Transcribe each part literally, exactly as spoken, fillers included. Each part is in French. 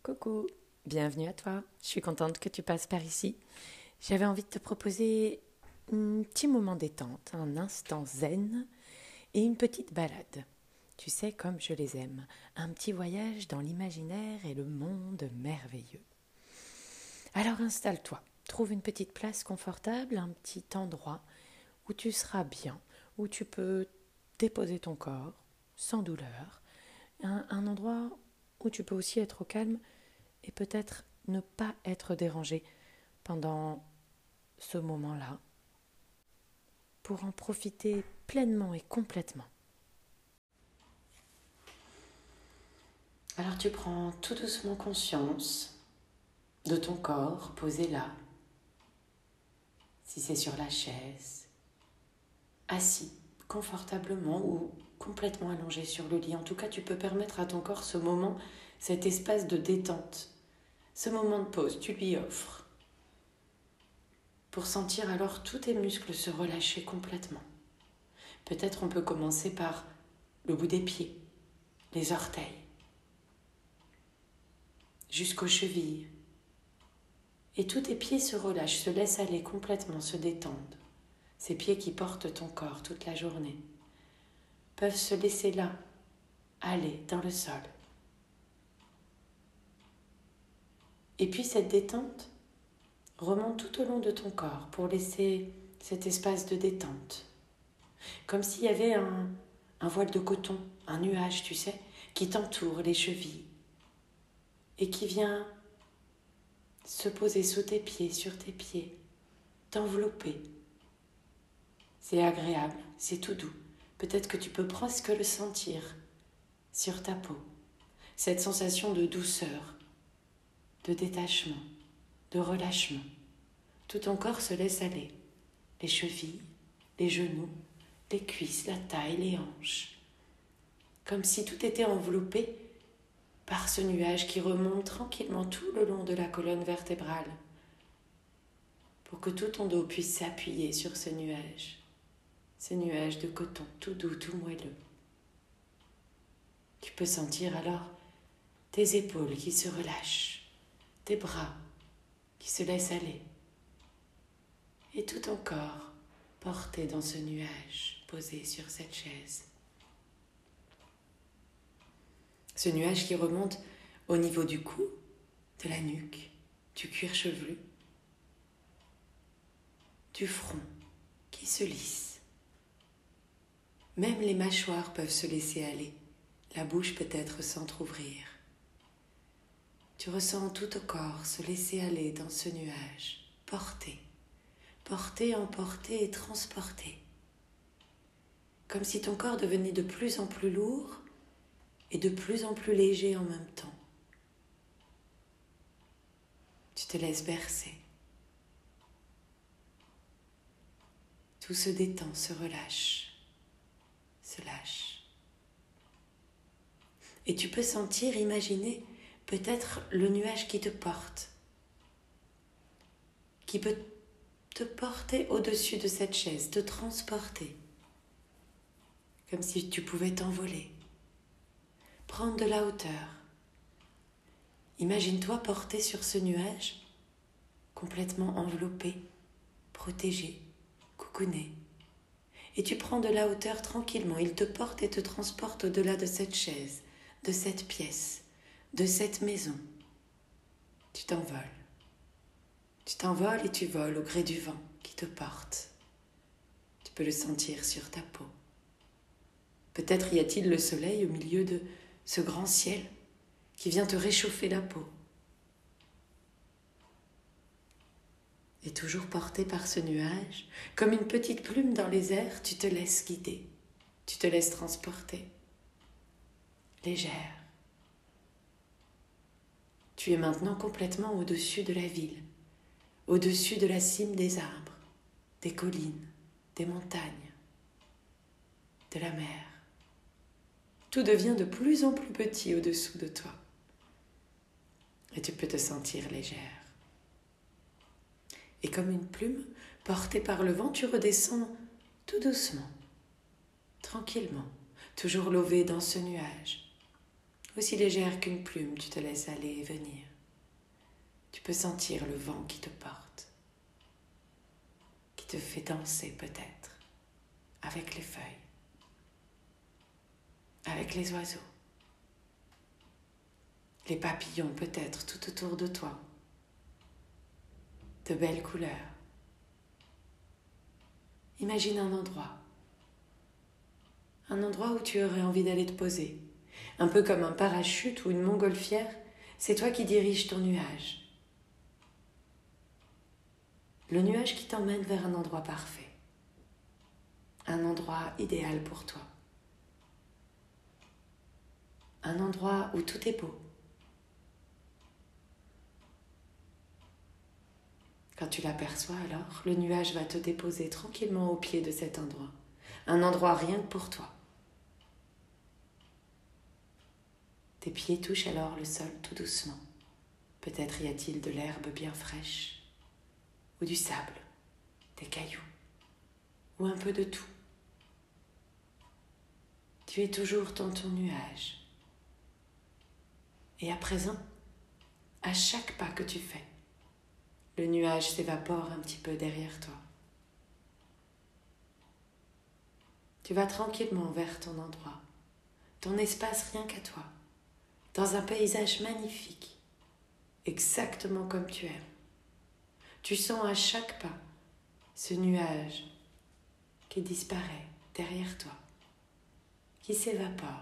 Coucou, bienvenue à toi. Je suis contente que tu passes par ici. J'avais envie de te proposer un petit moment détente, un instant zen et une petite balade. Tu sais, comme je les aime, un petit voyage dans l'imaginaire et le monde merveilleux. Alors installe-toi, trouve une petite place confortable, un petit endroit où tu seras bien, où tu peux déposer ton corps sans douleur, un, un endroit où tu peux aussi être au calme et peut-être ne pas être dérangé pendant ce moment-là pour en profiter pleinement et complètement. Alors tu prends tout doucement conscience de ton corps posé là, si c'est sur la chaise, assis confortablement ou complètement allongé sur le lit. En tout cas, tu peux permettre à ton corps ce moment, cet espace de détente, ce moment de pause, tu lui offres pour sentir alors tous tes muscles se relâcher complètement. Peut-être on peut commencer par le bout des pieds, les orteils, jusqu'aux chevilles. Et tous tes pieds se relâchent, se laissent aller complètement, se détendent. Ces pieds qui portent ton corps toute la journée peuvent se laisser là, aller dans le sol. Et puis cette détente remonte tout au long de ton corps pour laisser cet espace de détente. Comme s'il y avait un, un voile de coton, un nuage, tu sais, qui t'entoure les chevilles et qui vient se poser sous tes pieds, sur tes pieds, t'envelopper. C'est agréable, c'est tout doux. Peut-être que tu peux presque le sentir sur ta peau. Cette sensation de douceur, de détachement, de relâchement. Tout ton corps se laisse aller. Les chevilles, les genoux, les cuisses, la taille, les hanches. Comme si tout était enveloppé par ce nuage qui remonte tranquillement tout le long de la colonne vertébrale pour que tout ton dos puisse s'appuyer sur ce nuage, ce nuage de coton tout doux, tout moelleux. Tu peux sentir alors tes épaules qui se relâchent, tes bras qui se laissent aller et tout ton corps porté dans ce nuage posé sur cette chaise. Ce nuage qui remonte au niveau du cou, de la nuque, du cuir chevelu, du front qui se lisse. Même les mâchoires peuvent se laisser aller, la bouche peut-être s'entrouvrir. Tu ressens tout ton corps se laisser aller dans ce nuage, porté, porté, emporté et transporté. Comme si ton corps devenait de plus en plus lourd et de plus en plus léger en même temps. Tu te laisses bercer. Tout se détend, se relâche, se lâche. Et tu peux sentir, imaginer peut-être le nuage qui te porte, qui peut te porter au-dessus de cette chaise, te transporter, comme si tu pouvais t'envoler, prendre de la hauteur. Imagine-toi porté sur ce nuage, complètement enveloppé, protégé, coucouné. Et tu prends de la hauteur tranquillement. Il te porte et te transporte au-delà de cette chaise, de cette pièce, de cette maison. Tu t'envoles. Tu t'envoles et tu voles au gré du vent qui te porte. Tu peux le sentir sur ta peau. Peut-être y a-t-il le soleil au milieu de ce grand ciel qui vient te réchauffer la peau. Et toujours porté par ce nuage, comme une petite plume dans les airs, tu te laisses guider, tu te laisses transporter, légère. Tu es maintenant complètement au-dessus de la ville, au-dessus de la cime des arbres, des collines, des montagnes, de la mer. Tout devient de plus en plus petit au-dessous de toi. Et tu peux te sentir légère. Et comme une plume, portée par le vent, tu redescends tout doucement, tranquillement, toujours lové dans ce nuage, Aussi légère qu'une plume, tu te laisses aller et venir. Tu peux sentir le vent qui te porte, qui te fait danser peut-être avec les feuilles, avec les oiseaux, les papillons peut-être tout autour de toi, de belles couleurs. Imagine un endroit, un endroit où tu aurais envie d'aller te poser, un peu comme un parachute ou une montgolfière, c'est toi qui diriges ton nuage. Le nuage qui t'emmène vers un endroit parfait, un endroit idéal pour toi, un endroit où tout est beau. Quand tu l'aperçois alors, le nuage va te déposer tranquillement au pied de cet endroit, un endroit rien que pour toi. Tes pieds touchent alors le sol tout doucement. Peut-être y a-t-il de l'herbe bien fraîche, ou du sable, des cailloux, ou un peu de tout. Tu es toujours dans ton nuage. Et à présent, à chaque pas que tu fais, le nuage s'évapore un petit peu derrière toi. Tu vas tranquillement vers ton endroit, ton espace rien qu'à toi, dans un paysage magnifique, exactement comme tu aimes. Tu sens à chaque pas ce nuage qui disparaît derrière toi, qui s'évapore.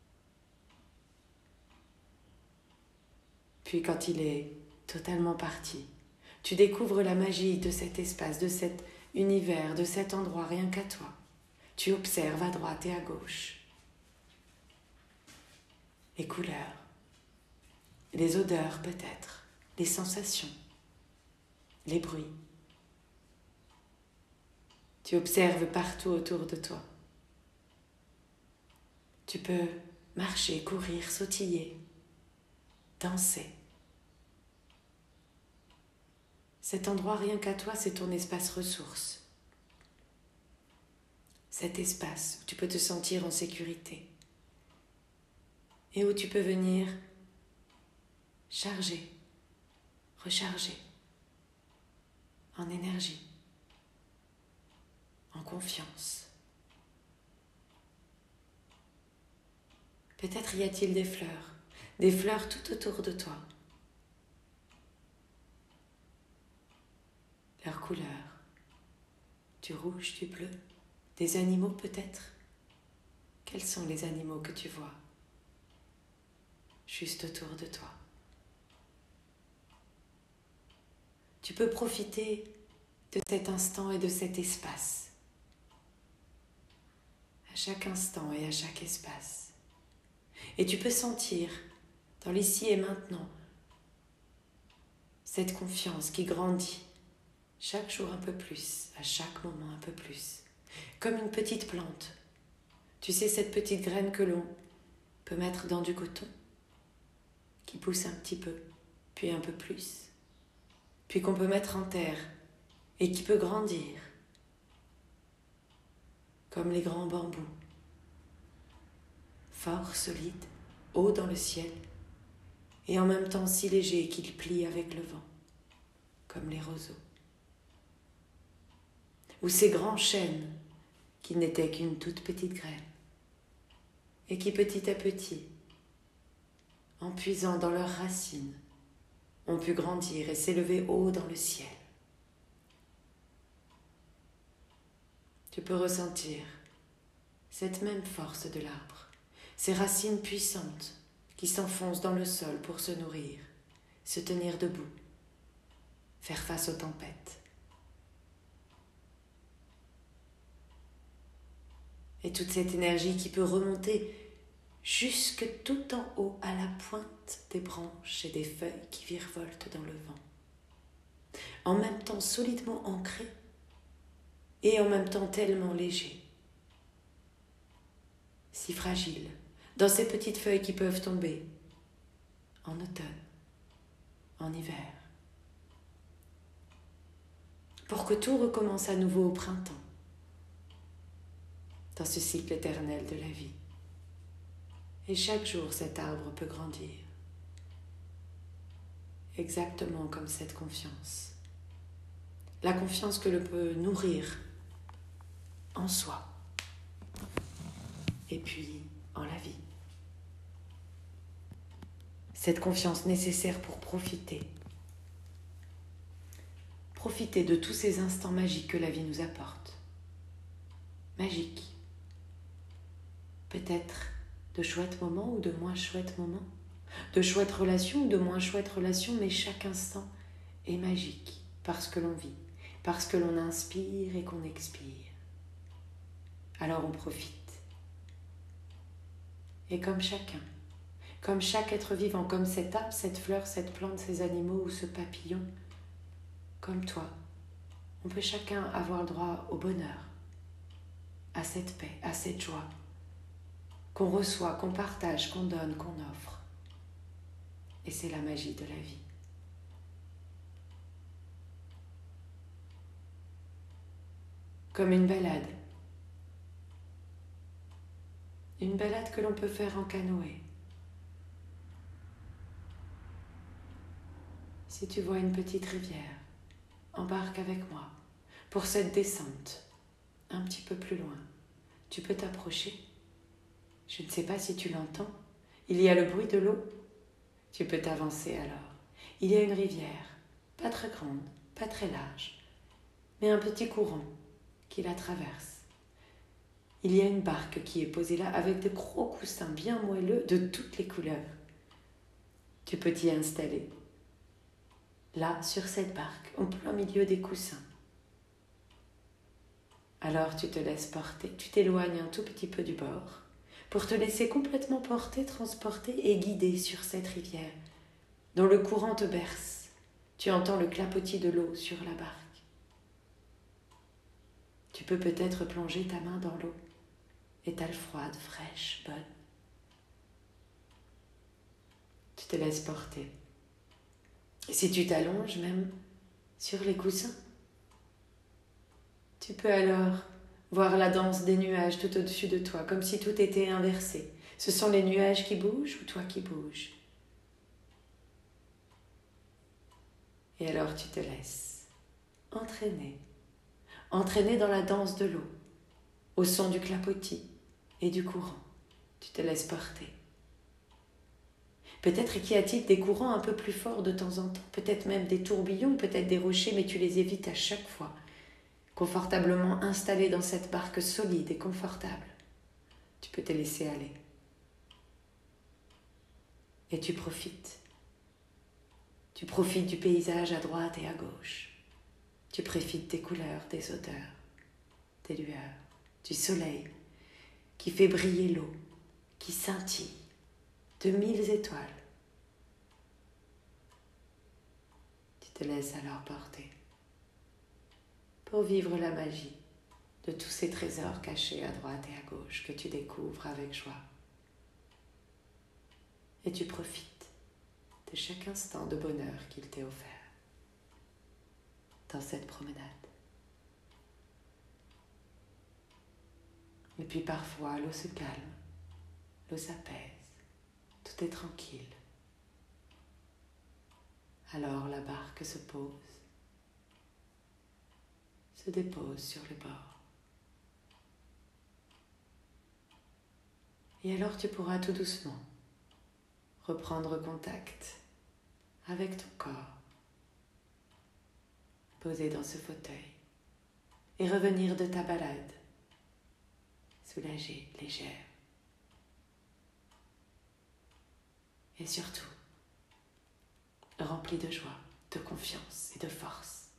Puis quand il est totalement parti, tu découvres la magie de cet espace, de cet univers, de cet endroit rien qu'à toi. Tu observes à droite et à gauche les couleurs, les odeurs peut-être, les sensations, les bruits. Tu observes partout autour de toi. Tu peux marcher, courir, sautiller, danser. Cet endroit rien qu'à toi, c'est ton espace ressource. Cet espace où tu peux te sentir en sécurité et où tu peux venir charger, recharger en énergie, en confiance. Peut-être y a-t-il des fleurs, des fleurs tout autour de toi. Leurs couleurs, du rouge, du bleu, des animaux peut-être. Quels sont les animaux que tu vois juste autour de toi? Tu peux profiter de cet instant et de cet espace, à chaque instant et à chaque espace. Et tu peux sentir, dans l'ici et maintenant, cette confiance qui grandit chaque jour un peu plus, à chaque moment un peu plus, comme une petite plante. Tu sais, cette petite graine que l'on peut mettre dans du coton, qui pousse un petit peu, puis un peu plus, puis qu'on peut mettre en terre et qui peut grandir, comme les grands bambous, fort solide, haut dans le ciel, et en même temps si léger qu'il plie avec le vent, comme les roseaux. Ou ces grands chênes qui n'étaient qu'une toute petite graine, et qui petit à petit, en puisant dans leurs racines, ont pu grandir et s'élever haut dans le ciel. Tu peux ressentir cette même force de l'arbre, ces racines puissantes qui s'enfoncent dans le sol pour se nourrir, se tenir debout, faire face aux tempêtes. Et toute cette énergie qui peut remonter jusque tout en haut à la pointe des branches et des feuilles qui virevoltent dans le vent, en même temps solidement ancré et en même temps tellement léger, si fragile, dans ces petites feuilles qui peuvent tomber en automne, en hiver, pour que tout recommence à nouveau au printemps, dans ce cycle éternel de la vie. Et chaque jour, cet arbre peut grandir. Exactement comme cette confiance. La confiance que l'on peut nourrir en soi. Et puis en la vie. Cette confiance nécessaire pour profiter. Profiter de tous ces instants magiques que la vie nous apporte. Magiques. Peut-être de chouettes moments ou de moins chouettes moments. De chouettes relations ou de moins chouettes relations, mais chaque instant est magique parce que l'on vit, parce que l'on inspire et qu'on expire. Alors on profite. Et comme chacun, comme chaque être vivant, comme cet arbre, cette fleur, cette plante, ces animaux ou ce papillon, comme toi, on peut chacun avoir le droit au bonheur, à cette paix, à cette joie, qu'on reçoit, qu'on partage, qu'on donne, qu'on offre. Et c'est la magie de la vie. Comme une balade. Une balade que l'on peut faire en canoë. Si tu vois une petite rivière, embarque avec moi pour cette descente, un petit peu plus loin. Tu peux t'approcher. Je ne sais pas si tu l'entends. Il y a le bruit de l'eau. Tu peux t'avancer alors. Il y a une rivière, pas très grande, pas très large, mais un petit courant qui la traverse. Il y a une barque qui est posée là avec de gros coussins bien moelleux de toutes les couleurs. Tu peux t'y installer. Là, sur cette barque, en plein milieu des coussins. Alors tu te laisses porter, tu t'éloignes un tout petit peu du bord pour te laisser complètement porter, transporter et guider sur cette rivière dont le courant te berce. Tu entends le clapotis de l'eau sur la barque. Tu peux peut-être plonger ta main dans l'eau, étale froide, fraîche, bonne. Tu te laisses porter. Et si tu t'allonges même sur les coussins, tu peux alors voir la danse des nuages tout au-dessus de toi, comme si tout était inversé. Ce sont les nuages qui bougent ou toi qui bouges. Et alors tu te laisses entraîner, entraîner dans la danse de l'eau, au son du clapotis et du courant. Tu te laisses porter. Peut-être qu'il y a-t-il des courants un peu plus forts de temps en temps, peut-être même des tourbillons, peut-être des rochers, mais tu les évites à chaque fois. Confortablement installé dans cette barque solide et confortable, tu peux te laisser aller. Et tu profites. Tu profites du paysage à droite et à gauche. Tu profites des couleurs, des odeurs, des lueurs, du soleil qui fait briller l'eau, qui scintille de mille étoiles. Tu te laisses alors porter pour vivre la magie de tous ces trésors cachés à droite et à gauche que tu découvres avec joie. Et tu profites de chaque instant de bonheur qu'il t'est offert dans cette promenade. Et puis parfois, l'eau se calme, l'eau s'apaise, tout est tranquille. Alors la barque se pose, se dépose sur le bord. Et alors tu pourras tout doucement reprendre contact avec ton corps, posé dans ce fauteuil et revenir de ta balade, soulagée, légère. Et surtout, remplie de joie, de confiance et de force.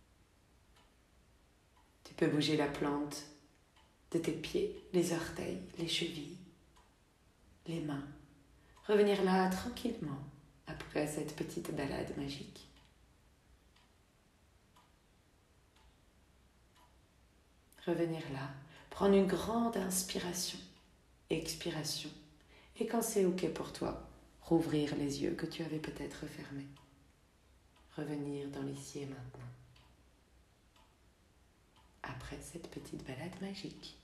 Tu peux bouger la plante de tes pieds, les orteils, les chevilles, les mains. Revenir là tranquillement après cette petite balade magique. Revenir là, prendre une grande inspiration, expiration. Et quand c'est ok pour toi, rouvrir les yeux que tu avais peut-être fermés. Revenir dans l'ici et maintenant. Après cette petite balade magique.